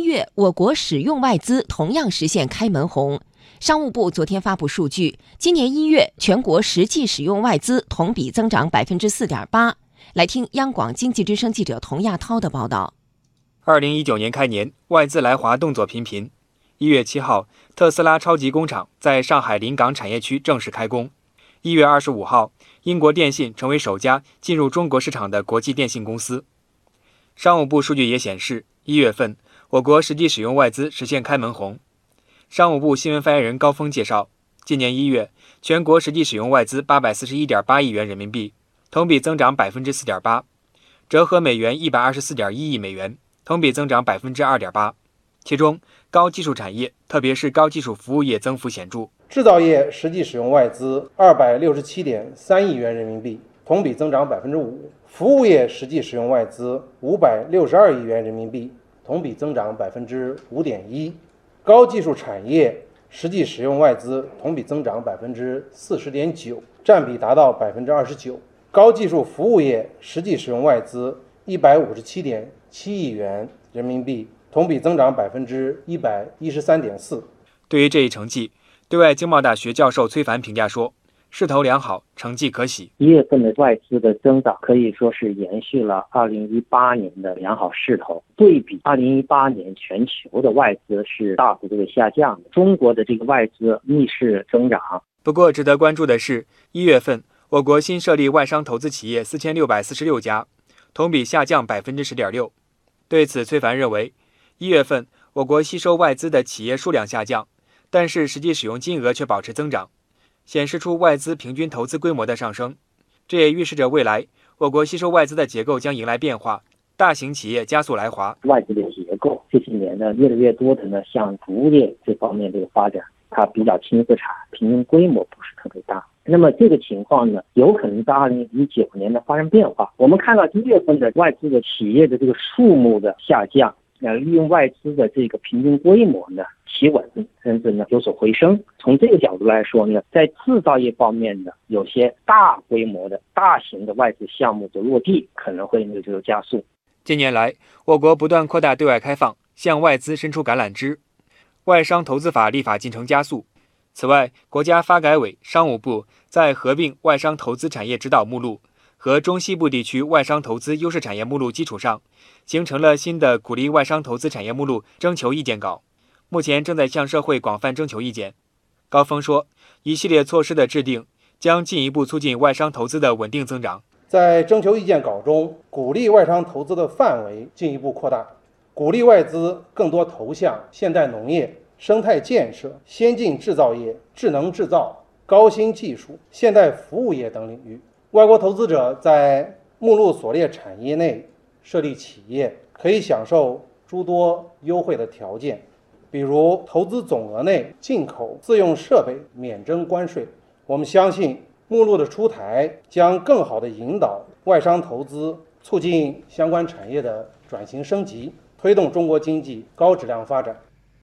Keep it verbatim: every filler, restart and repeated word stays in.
月，我国使用外资同样实现开门红。商务部昨天发布数据，今年一月全国实际使用外资同比增长百分之四点八。来听央广经济之声记者童亚涛的报道。 二零一九年开年，外资来华动作频频。一月七号，特斯拉超级工厂在上海临港产业区正式开工。一月二十五号，英国电信成为首家进入中国市场的国际电信公司。商务部数据也显示，一月份我国实际使用外资实现开门红。商务部新闻发言人高峰介绍，今年一月，全国实际使用外资八百四十一点八亿元人民币，同比增长百分之四点八，折合美元一百二十四点一亿美元，同比增长百分之二点八。其中，高技术产业，特别是高技术服务业增幅显著。 制造业实际使用外资二百六十七点三亿元人民币，同比增长百分之五；服务业实际使用外资五百六十二亿元人民币，同比增长百分之五点一。高技术产业实际使用外资同比增长百分之四十点九，占比达到百分之二十九。高技术服务业实际使用外资一百五十七点七亿元人民币，同比增长百分之一百一十三点四。 对于这一成绩，对外经贸大学教授崔凡评价说，势头良好，成绩可喜。 一月份的外资的增长可以说是延续了二零一八年的良好势头。对比二零一八年，全球的外资是大幅度的下降的，中国的这个外资逆势增长。 不过，值得关注的是，一月份我国新设立外商投资企业四千六百四十六家，同比下降百分之十点六。对此，崔凡认为，一月份我国吸收外资的企业数量下降，但是实际使用金额却保持增长，显示出外资平均投资规模的上升。这也预示着未来我国吸收外资的结构将迎来变化，大型企业加速来华。 外资的结构这些年呢，越来越多的呢，像服务业这方面这个发展，它比较轻资产，平均规模不是特别大。那么这个情况呢，有可能在二零一九年的发生变化。我们看到一月份的外资的企业的这个数目的下降，呃，利用外资的这个平均规模呢企稳，甚至呢有所回升。从这个角度来说呢，在制造业方面的有些大规模的大型的外资项目的落地，可能会那个加速。 近年来，我国不断扩大对外开放，向外资伸出橄榄枝，外商投资法立法进程加速。此外，国家发改委、商务部在合并外商投资产业指导目录和中西部地区外商投资优势产业目录基础上，形成了新的鼓励外商投资产业目录征求意见稿，目前正在向社会广泛征求意见。高峰说，一系列措施的制定将进一步促进外商投资的稳定增长。 在征求意见稿中，鼓励外商投资的范围进一步扩大，鼓励外资更多投向现代农业、生态建设、先进制造业、智能制造、高新技术、现代服务业等领域。外国投资者在目录所列产业内设立企业，可以享受诸多优惠的条件，比如投资总额内进口自用设备免征关税。我们相信目录的出台将更好地引导外商投资，促进相关产业的转型升级，推动中国经济高质量发展。